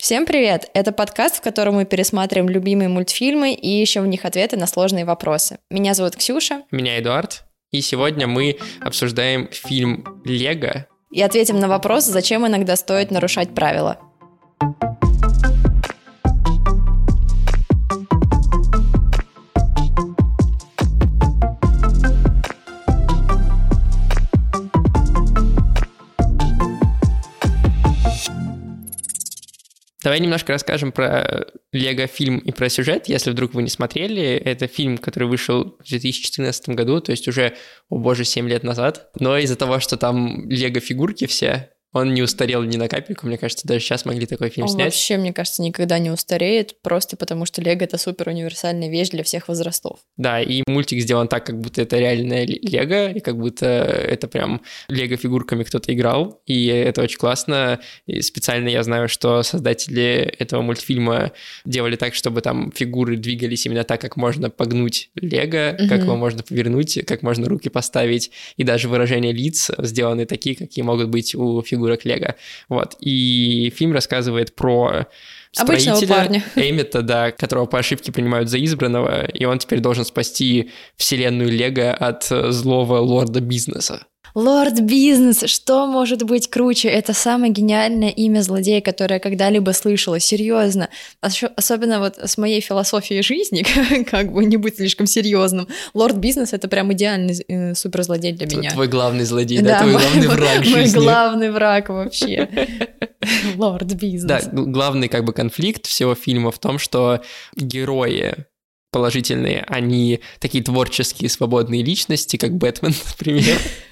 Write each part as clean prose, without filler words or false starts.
Всем привет! Это подкаст, в котором мы пересматриваем любимые мультфильмы и ищем в них ответы на сложные вопросы. Меня зовут Ксюша. Меня Эдуард. И сегодня мы обсуждаем фильм «Лего». И ответим на вопрос, зачем иногда стоит нарушать правила. Давай немножко расскажем про «Лего-фильм» и про сюжет, если вдруг вы не смотрели. Это фильм, который вышел в 2014 году, то есть уже, 7 лет назад. Но из-за того, что там лего-фигурки все, он не устарел ни на капельку. Мне кажется, даже сейчас могли такой фильм снять. Вообще, мне кажется, никогда не устареет, просто потому что Лего — это супер универсальная вещь для всех возрастов. Да, и мультик сделан так, как будто это реальное Лего, и как будто это прям Лего-фигурками кто-то играл, и это очень классно. И специально я знаю, что создатели этого мультфильма делали так, чтобы там фигуры двигались именно так, как можно погнуть Лего, как его можно повернуть, как можно руки поставить, и даже выражения лиц сделаны такие, какие могут быть у фигурок Лего. Вот. И фильм рассказывает про строителя Эммета, да, которого по ошибке принимают за избранного, и он теперь должен спасти вселенную Лего от злого лорда бизнеса. Лорд Бизнес, что может быть круче? Это самое гениальное имя злодея, которое я когда-либо слышала, серьезно. Особенно вот с моей философией жизни, как бы не быть слишком серьезным. Лорд Бизнес — это прям идеальный суперзлодей для меня. Твой главный злодей, да? Твой главный враг жизни. Мой главный враг вообще. Лорд Бизнес. Да, главный как бы конфликт всего фильма в том, что герои положительные, они такие творческие, свободные личности, как Бэтмен, например.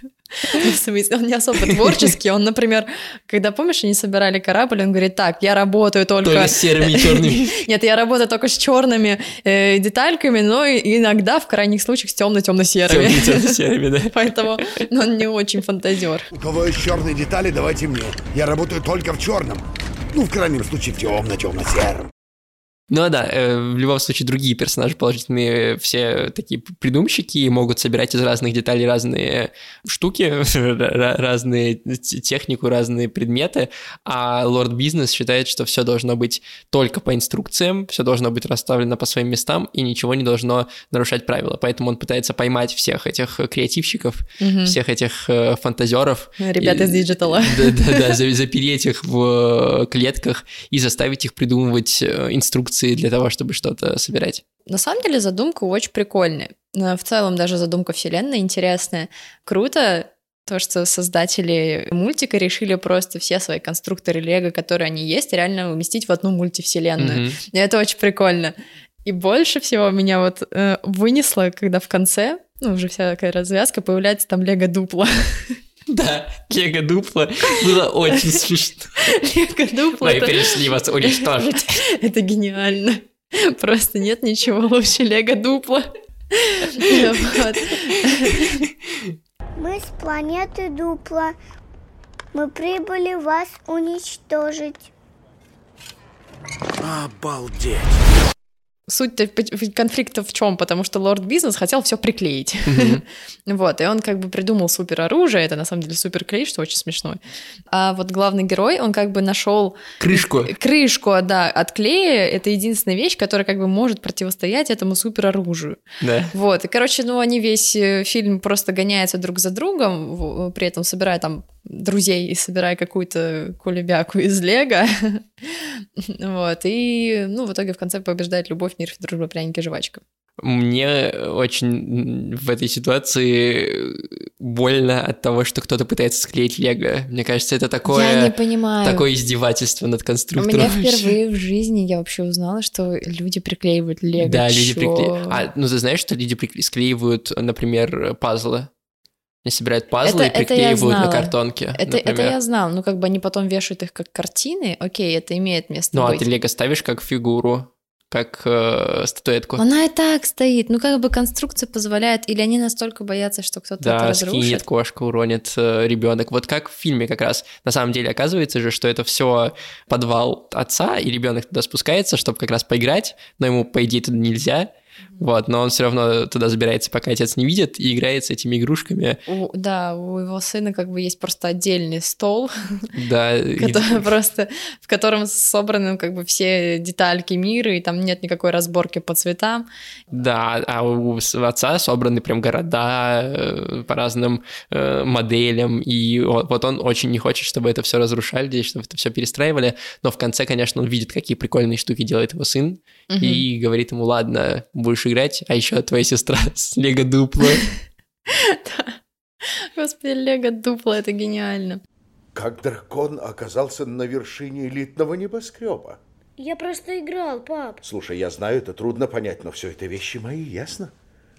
В смысле, он не особо творческий. Он, например, когда, помнишь, они собирали корабль, он говорит: так, я работаю только с серыми и черными. Нет, я работаю только с черными детальками, но иногда, в крайних случаях, с темно-темно-серыми. Темно-серыми, да. Поэтому он не очень фантазер. У кого есть черные детали, давайте мне. Я работаю только в черном. Ну, в крайнем случае, в темно-темно-сером. Ну да, в любом случае другие персонажи положительные, все такие придумщики, могут собирать из разных деталей разные штуки, разные технику, разные предметы, а лорд Бизнес считает, что все должно быть только по инструкциям, все должно быть расставлено по своим местам и ничего не должно нарушать правила, поэтому он пытается поймать всех этих креативщиков, всех этих фантазеров. Ребят из диджитала. Да, запереть их в клетках и заставить их придумывать инструкции для того, чтобы что-то собирать. На самом деле задумка очень прикольная. В целом даже задумка вселенной интересная. Круто то, что создатели мультика решили просто все свои конструкторы Лего, которые они есть, реально уместить в одну мультивселенную. И это очень прикольно. И больше всего меня вот вынесло, когда в конце, уже вся такая развязка, появляется там Лего-дупло. Да, Лего-дупло было очень смешно. Лего-дупло. Мы перешли вас уничтожить. Это гениально. Просто нет ничего лучше Лего-дупло. Мы с планеты Дупло. Мы прибыли вас уничтожить. Обалдеть. Суть конфликта в чем? Потому что лорд Бизнес хотел все приклеить. Вот, и он как бы придумал супероружие, это на самом деле суперклей, что очень смешно. А вот главный герой, он как бы нашел крышку, да, от клея. Это единственная вещь, которая как бы может противостоять этому супероружию. Да. Вот, и, короче, они весь фильм просто гоняются друг за другом, при этом собирая там друзей и собирая какую-то кулебяку из Лего. Вот, и, в итоге в конце побеждает любовь, мир, дружба, пряники, жвачка. Мне очень в этой ситуации больно от того, что кто-то пытается склеить Лего. Мне кажется, это такое... Я не понимаю. Такое издевательство над конструктором. У меня впервые в жизни я вообще узнала, что люди приклеивают Лего. Да, люди приклеивают. Ты знаешь, что люди склеивают, например, пазлы? Они собирают пазлы и приклеивают на картонке. Это я знала. Как бы они потом вешают их как картины. Окей, это имеет место быть. А ты Лего ставишь как фигуру, как статуэтку. Она и так стоит. Как бы конструкция позволяет. Или они настолько боятся, что кто-то это разрушит. Да, скинет кошка, уронит ребенок. Вот как в фильме как раз. На самом деле оказывается же, что это все подвал отца, и ребенок туда спускается, чтобы как раз поиграть, но ему, по идее, туда нельзя. Вот, но он все равно туда забирается, пока отец не видит, и играет с этими игрушками. Да, у его сына как бы есть просто отдельный стол, Да. просто в котором собраны как бы все детальки мира, и там нет никакой разборки по цветам. Да, а у отца собраны прям города по разным моделям, и вот он очень не хочет, чтобы это все разрушали, чтобы это все перестраивали, но в конце, конечно, он видит, какие прикольные штуки делает его сын, и говорит ему: ладно, будешь играть, а еще твоя сестра с Лего Дупло. Господи, Лего Дупло, это гениально. Как дракон оказался на вершине элитного небоскреба? Я просто играл, пап. Слушай, я знаю, это трудно понять, но все это вещи мои, ясно?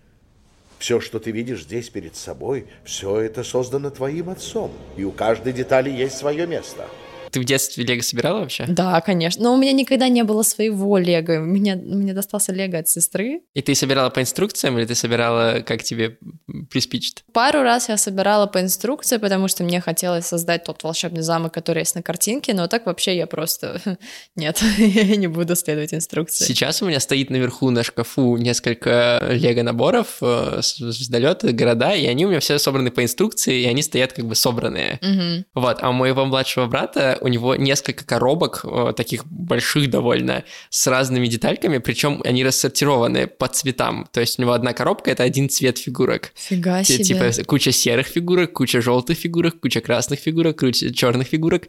Все, что ты видишь здесь перед собой, все это создано твоим отцом. И у каждой детали есть свое место. Ты в детстве Лего собирала вообще? Да, конечно. Но у меня никогда не было своего Лего. Мне достался Лего от сестры. И ты собирала по инструкциям, или ты собирала, как тебе приспичит? Пару раз я собирала по инструкции, потому что мне хотелось создать тот волшебный замок, который есть на картинке, но так вообще я просто... Нет, я не буду следовать инструкции. Сейчас у меня стоит наверху на шкафу несколько Лего-наборов, звездолеты, города, и они у меня все собраны по инструкции, и они стоят как бы собранные. Вот, а у моего младшего брата у него несколько коробок, таких больших довольно, с разными детальками, причем они рассортированы по цветам. То есть у него одна коробка — это один цвет фигурок. Фига себе. Типа куча серых фигурок, куча желтых фигурок, куча красных фигурок, куча черных фигурок.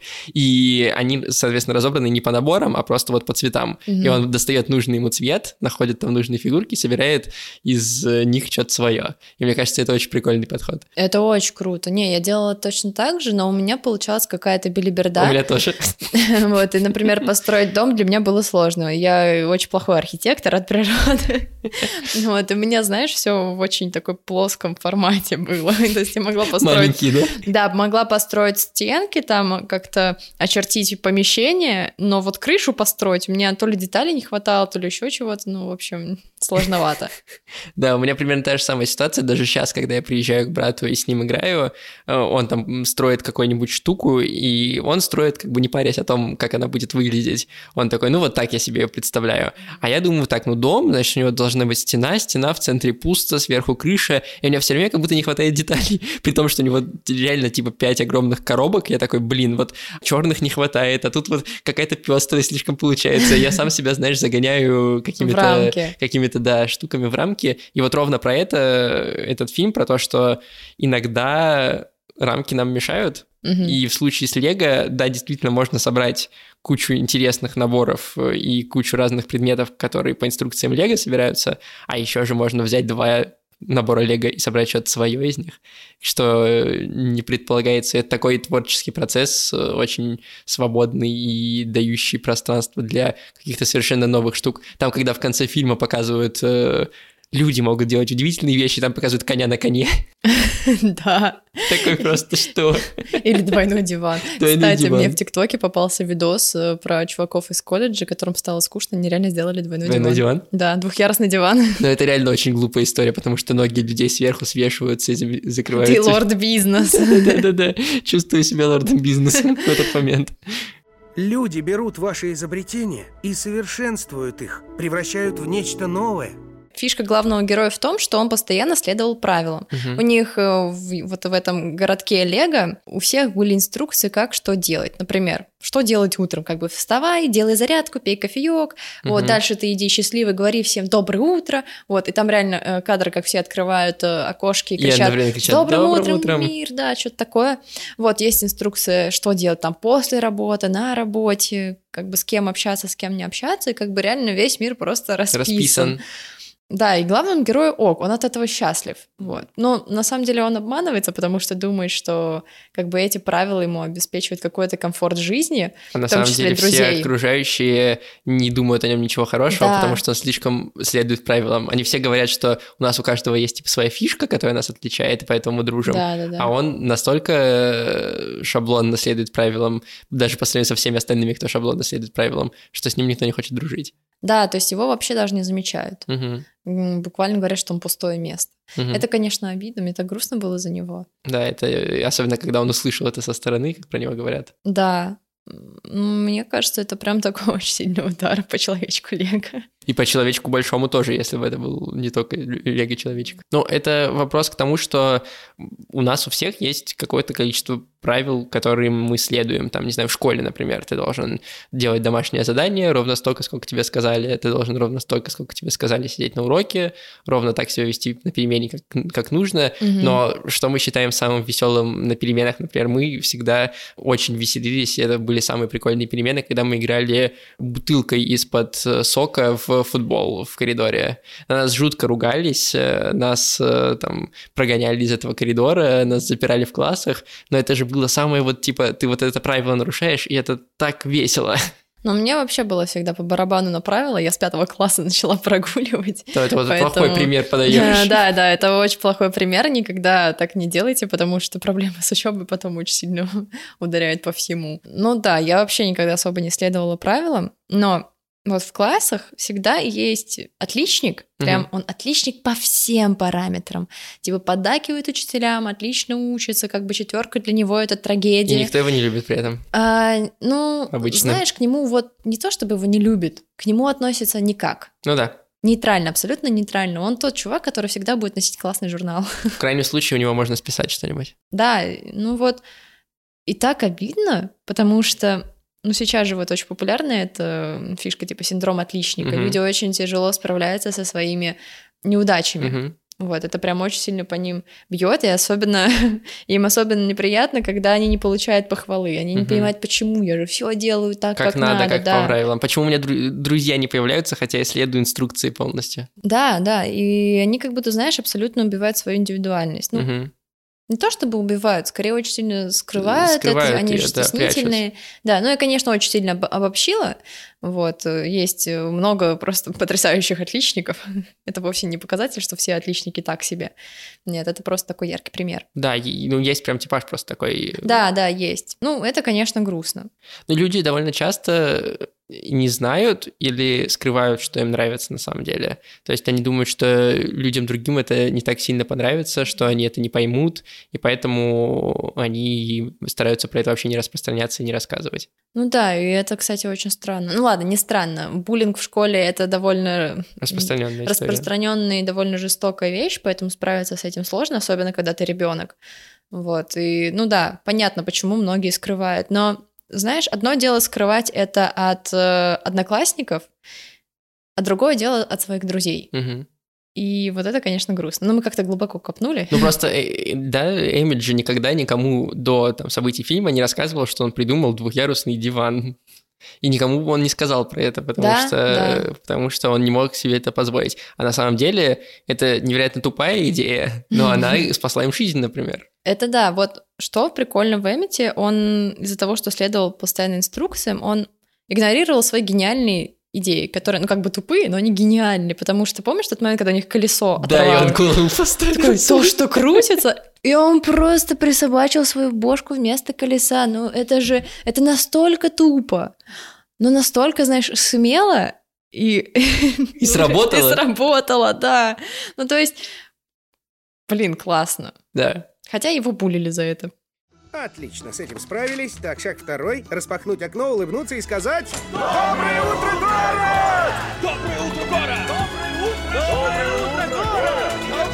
И они, соответственно, разобраны не по наборам, а просто вот по цветам. И он достает нужный ему цвет, находит там нужные фигурки, собирает из них что-то свое. И мне кажется, это очень прикольный подход. Это очень круто. Не, я делала точно так же, но у меня получалась какая-то белиберда. У меня тоже. Вот, и, например, построить дом для меня было сложно. Я очень плохой архитектор от природы. Вот, и у меня, знаешь, все в очень такой плоском формате было. То есть я могла построить... Маленький, да? Да, могла построить стенки, там как-то очертить помещение, но вот крышу построить, у меня то ли деталей не хватало, то ли еще чего-то, ну, в общем, сложновато. Да, у меня примерно та же самая ситуация, даже сейчас, когда я приезжаю к брату и с ним играю, он там строит какую-нибудь штуку, и он строит, как бы не парясь о том, как она будет выглядеть. Он такой: ну вот так я себе ее представляю. А я думаю так: ну дом, значит, у него должна быть стена в центре пусто, сверху крыша, и у меня все время как будто не хватает деталей, при том, что у него реально типа 5 огромных коробок. Я такой: блин, вот черных не хватает, а тут вот какая-то пестрость слишком получается. Я сам себя, знаешь, загоняю какими-то, да, штуками в рамки. И вот ровно про этот фильм, про то, что иногда рамки нам мешают. И в случае с Лего, да, действительно можно собрать кучу интересных наборов и кучу разных предметов, которые по инструкциям Лего собираются, а еще же можно взять 2 набора Лего и собрать что-то свое из них, что не предполагается. Это такой творческий процесс, очень свободный и дающий пространство для каких-то совершенно новых штук. Там, когда в конце фильма показывают... Люди могут делать удивительные вещи, там показывают коня на коне. Да. Такой просто что? Или двойной диван. Кстати, мне в ТикТоке попался видос про чуваков из колледжа, которым стало скучно, они реально сделали двойной диван. Двойной диван? Да, двухъярусный диван. Но это реально очень глупая история, потому что ноги людей сверху свешиваются и закрываются. Ты лорд бизнес. Да-да-да, чувствую себя лордом бизнеса в этот момент. Люди берут ваши изобретения и совершенствуют их, превращают в нечто новое. Фишка главного героя в том, что он постоянно следовал правилам. У них вот в этом городке Лего у всех были инструкции, как что делать. Например, что делать утром? Как бы вставай, делай зарядку, пей кофеек. Вот, дальше ты иди счастливый, говори всем «доброе утро». Вот, и там реально кадры, как все открывают окошки и кричат «добрым утром, мир», да, что-то такое. Вот, есть инструкция, что делать там после работы, на работе, как бы с кем общаться, с кем не общаться, и как бы реально весь мир просто расписан. Да, и главному герою он от этого счастлив, вот. Но на самом деле он обманывается, потому что думает, что как бы эти правила ему обеспечивают какой-то комфорт жизни, а на в том самом числе деле друзей. Все окружающие не думают о нем ничего хорошего, да. Потому что он слишком следует правилам. Они все говорят, что у нас у каждого есть типа своя фишка, которая нас отличает, и поэтому мы дружим. Да. А он настолько шаблонно следует правилам, даже по сравнению со всеми остальными, кто шаблонно следует правилам, что с ним никто не хочет дружить. Да, то есть его вообще даже не замечают. Буквально говорят, что он пустое место. Это, конечно, обидно, мне так грустно было за него. Да, это особенно, когда он услышал это со стороны, как про него говорят. Да, мне кажется, это прям такой очень сильный удар по человечку Лего. И по человечку большому тоже, если бы это был не только лего-человечек. Но это вопрос к тому, что у нас у всех есть какое-то количество правил, которые мы следуем. Там, не знаю, в школе, например, ты должен делать домашнее задание ровно столько, сколько тебе сказали, ты должен ровно столько, сколько тебе сказали сидеть на уроке, ровно так себя вести на перемене, как нужно. Но что мы считаем самым веселым на переменах, например, мы всегда очень веселились, и это были самые прикольные перемены, когда мы играли бутылкой из-под сока в футбол в коридоре. На нас жутко ругались, нас там прогоняли из этого коридора, нас запирали в классах, но это же было самое вот типа, ты вот это правило нарушаешь, и это так весело. Но мне вообще было всегда по барабану на правила, я с 5 класса начала прогуливать. То это вот плохой пример подаешь. Да, это очень плохой пример, никогда так не делайте, потому что проблемы с учебой потом очень сильно ударяют по всему. Ну да, я вообще никогда особо не следовала правилам, но вот в классах всегда есть отличник, прям он отличник по всем параметрам. Типа поддакивает учителям, отлично учится, как бы 4 для него это трагедия. И никто его не любит при этом. Обычно. Знаешь, к нему вот не то чтобы его не любят, к нему относятся никак. Ну да. Нейтрально, абсолютно нейтрально. Он тот чувак, который всегда будет носить классный журнал. В крайнем случае у него можно списать что-нибудь. Да, ну вот. И так обидно, потому что сейчас же вот очень популярная эта фишка типа синдром отличника. Люди очень тяжело справляются со своими неудачами. Вот, это прям очень сильно по ним бьет, и им особенно неприятно, когда они не получают похвалы. Они не понимают, почему я же все делаю так, как надо. Как по правилам. Почему у меня друзья не появляются, хотя я следую инструкции полностью. Да, и они как будто, знаешь, абсолютно убивают свою индивидуальность. Не то чтобы убивают, скорее очень сильно скрывают это, они же стеснительные. Да, я, конечно, очень сильно обобщила. Вот, есть много просто потрясающих отличников. Это вовсе не показатель, что все отличники так себе. Нет, это просто такой яркий пример. Да, есть прям типаж просто такой. Да, есть. Это, конечно, грустно. Но люди довольно часто не знают или скрывают, что им нравится на самом деле. То есть они думают, что людям другим это не так сильно понравится, что они это не поймут, и поэтому они стараются про это вообще не распространяться и не рассказывать. Ну да, и это, кстати, очень странно. Ну ладно, не странно. Буллинг в школе — это довольно распространенная и довольно жестокая вещь, поэтому справиться с этим сложно, особенно когда ты ребенок. Вот, и да, понятно, почему многие скрывают, но знаешь, одно дело скрывать это от одноклассников, а другое дело от своих друзей. И вот это, конечно, грустно. Мы как-то глубоко копнули. Просто, да, Эммет же никогда никому до событий фильма не рассказывал, что он придумал двухъярусный диван. И никому он не сказал про это, потому что он не мог себе это позволить. А на самом деле это невероятно тупая идея, но она спасла им жизнь, например. Это да, вот что прикольно в Эммете, он из-за того, что следовал постоянно инструкциям, он игнорировал свои гениальные идеи, которые, как бы тупые, но они гениальные, потому что помнишь тот момент, когда у них колесо оторвало? Да, и он голову поставил. Такой, то, что крутится, и он просто присобачил свою бошку вместо колеса. Это настолько тупо, но настолько, знаешь, смело и сработало. И сработало, да. То есть, классно. Да. Хотя его булили за это. Отлично, с этим справились. Так, шаг второй. Распахнуть окно, улыбнуться и сказать... Доброе утро, город! Доброе утро, город! Доброе утро, город!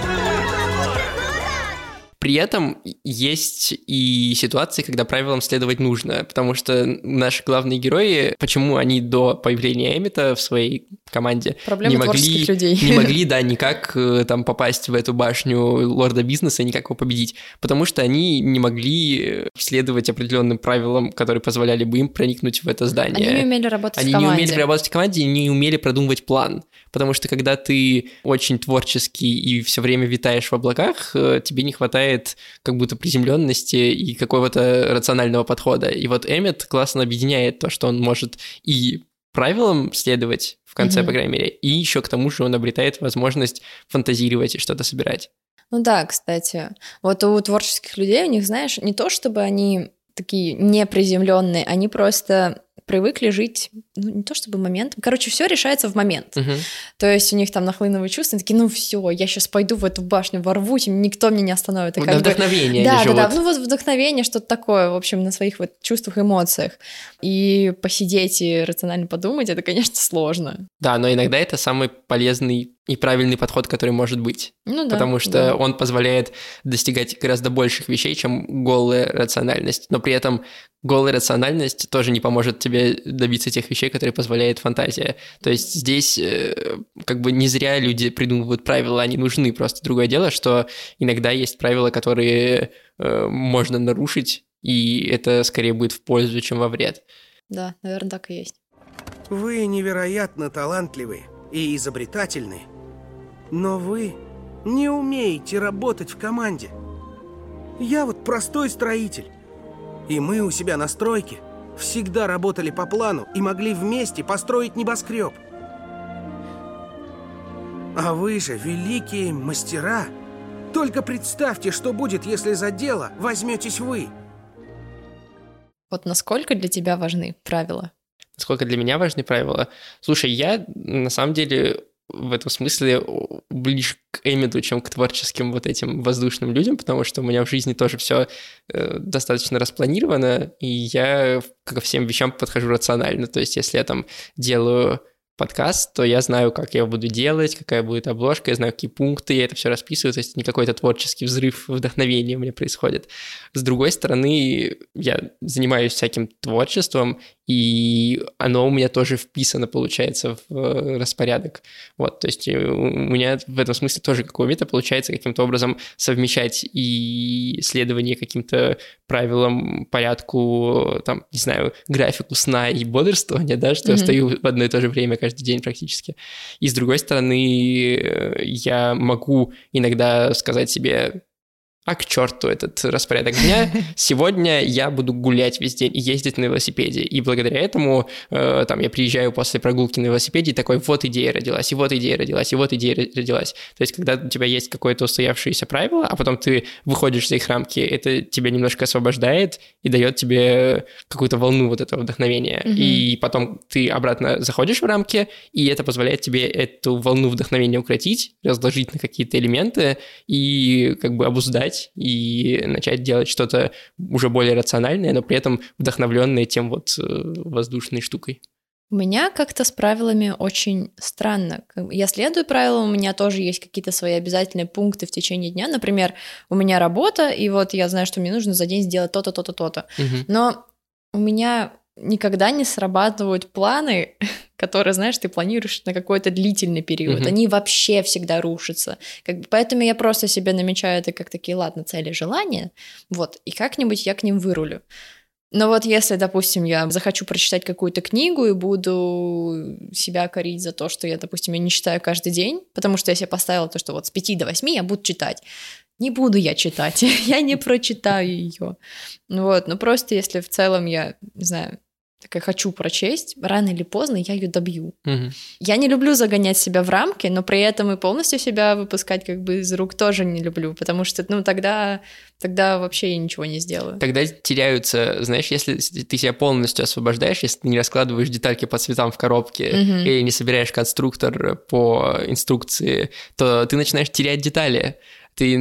При этом есть и ситуации, когда правилам следовать нужно, потому что наши главные герои, почему они до появления Эммета в своей команде не могли, да, никак там попасть в эту башню лорда бизнеса и никак его победить, потому что они не могли следовать определенным правилам, которые позволяли бы им проникнуть в это здание. Они не умели работать в команде. Они не умели работать в команде и не умели продумывать план, потому что когда ты очень творческий и все время витаешь в облаках, тебе не хватает как будто приземленности и какого-то рационального подхода. И вот Эммет классно объединяет то, что он может и правилам следовать в конце, по крайней мере, и еще к тому же он обретает возможность фантазировать и что-то собирать. Ну да, кстати. Вот у творческих людей, у них, знаешь, не то чтобы они такие неприземленные, они просто привыкли жить, ну, не то чтобы моментом, короче, все решается в момент. Мгм. То есть у них там нахлынуло чувства, они такие, ну все, я сейчас пойду в эту башню, ворвусь, и никто меня не остановит. И Ну, как до бы- вдохновения Да, они да, да, живут. ну вот вдохновение, что-то такое, в общем, на своих вот чувствах, эмоциях. И посидеть и рационально подумать, это, конечно, сложно. Да, но иногда это самый полезный и правильный подход, который может быть. Ну да. Потому что да. он позволяет достигать гораздо больших вещей, чем голая рациональность. Но при этом голая рациональность тоже не поможет тебе добиться тех вещей, которые позволяет фантазия. То есть здесь как бы не зря люди придумывают правила, они нужны. Просто другое дело, что иногда есть правила, которые можно нарушить, и это скорее будет в пользу, чем во вред. Да, наверное, так и есть. Вы невероятно талантливы и изобретательны, но вы не умеете работать в команде. Я вот простой строитель, и мы у себя на стройке всегда работали по плану и могли вместе построить небоскреб. А вы же великие мастера. Только представьте, что будет, если за дело возьметесь вы. Вот насколько для тебя важны правила? Насколько для меня важны правила? Слушай, я на самом деле в этом смысле ближе к Эмиду, чем к творческим вот этим воздушным людям, потому что у меня в жизни тоже все достаточно распланировано, и я ко всем вещам подхожу рационально. То есть если я там делаю подкаст, то я знаю, как я его буду делать, какая будет обложка, я знаю, какие пункты, я это все расписываю, то есть не какой-то творческий взрыв вдохновения у меня происходит. С другой стороны, я занимаюсь всяким творчеством, и оно у меня тоже вписано, получается, в распорядок. Вот, то есть у меня в этом смысле тоже, как у Вита, получается каким-то образом совмещать и следование каким-то правилам, порядку, там, не знаю, графику сна и бодрствования, да, что я стою в одно и то же время каждый день практически. И с другой стороны, я могу иногда сказать себе: а к черту этот распорядок дня, сегодня я буду гулять весь день и ездить на велосипеде. И благодаря этому там я приезжаю после прогулки на велосипеде и такой: вот идея родилась, и вот идея родилась, и вот идея родилась. То есть когда у тебя есть какое-то устоявшееся правило, а потом ты выходишь за их рамки, это тебя немножко освобождает и дает тебе какую-то волну вот этого вдохновения. И потом ты обратно заходишь в рамки, и это позволяет тебе эту волну вдохновения укротить, разложить на какие-то элементы и как бы обуздать, и начать делать что-то уже более рациональное, но при этом вдохновленное тем вот воздушной штукой. У меня как-то с правилами очень странно. Я следую правилам, у меня тоже есть какие-то свои обязательные пункты в течение дня. Например, у меня работа, и вот я знаю, что мне нужно за день сделать то-то, то-то, то-то. Но у меня никогда не срабатывают планы, которые, знаешь, ты планируешь на какой-то длительный период. Они вообще всегда рушатся. Поэтому я просто себе намечаю это как такие, ладно, цели, желания, вот, и как-нибудь я к ним вырулю. Но вот если, допустим, я захочу прочитать какую-то книгу и буду себя корить за то, что я, допустим, ее не читаю каждый день, потому что я себе поставила то, что вот с 5 до 8 я буду читать. Не буду я читать, я не прочитаю ее. Вот, но просто если в целом я, не знаю, такая хочу прочесть, рано или поздно я ее добью. Я не люблю загонять себя в рамки, но при этом и полностью себя выпускать как бы из рук тоже не люблю, потому что, ну, тогда вообще я ничего не сделаю. Тогда теряются, знаешь, если ты себя полностью освобождаешь, если ты не раскладываешь детальки по цветам в коробке или не собираешь конструктор по инструкции, то ты начинаешь терять детали. Ты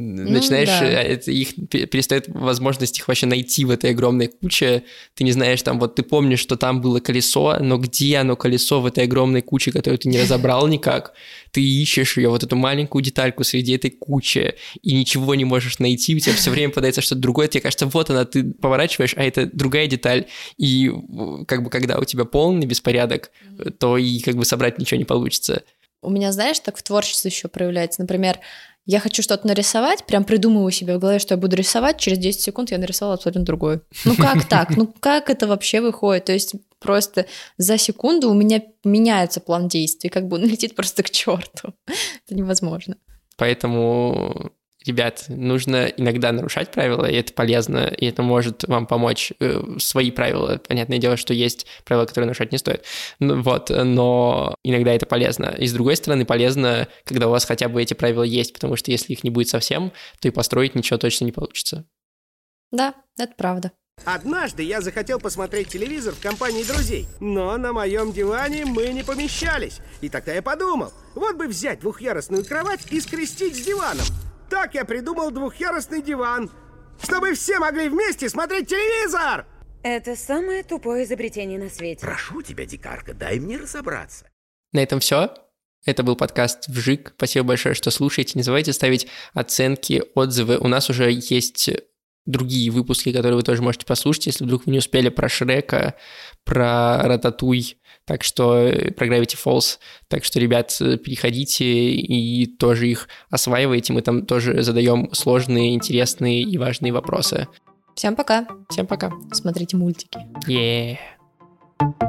начинаешь, их перестает возможность их вообще найти в этой огромной куче. Ты не знаешь, там, вот ты помнишь, что там было колесо, но где оно колесо в этой огромной куче, которую ты не разобрал никак? Ты ищешь ее, вот эту маленькую детальку среди этой кучи, и ничего не можешь найти, у тебя все время попадается что-то другое, тебе кажется, вот она, ты поворачиваешь, а это другая деталь, и как бы когда у тебя полный беспорядок, то и как бы собрать ничего не получится. У меня, знаешь, так в творчестве еще проявляется, например, я хочу что-то нарисовать, прям придумываю себе в голове, что я буду рисовать, через 10 секунд я нарисовала абсолютно другое. Ну как так? Ну как это вообще выходит? То есть просто за секунду у меня меняется план действий, как бы он летит просто к черту. Это невозможно. Поэтому, ребят, нужно иногда нарушать правила, и это полезно, и это может вам помочь. Свои правила, понятное дело, что есть правила, которые нарушать не стоит, вот, но иногда это полезно. И с другой стороны, полезно, когда у вас хотя бы эти правила есть, потому что если их не будет совсем, то и построить ничего точно не получится. Да, это правда. Однажды я захотел посмотреть телевизор в компании друзей, но на моем диване мы не помещались. И тогда я подумал, вот бы взять двухъярусную кровать и скрестить с диваном. Так я придумал двухъярусный диван, чтобы все могли вместе смотреть телевизор! Это самое тупое изобретение на свете. Прошу тебя, дикарка, дай мне разобраться. На этом все. Это был подкаст «Вжик». Спасибо большое, что слушаете. Не забывайте ставить оценки, отзывы. У нас уже есть другие выпуски, которые вы тоже можете послушать, если вдруг вы не успели, про Шрека, про Рататуй, так что про Gravity Falls. Так что, ребят, переходите и тоже их осваивайте. Мы там тоже задаем сложные, интересные и важные вопросы. Всем пока. Всем пока. Смотрите мультики. Yeah.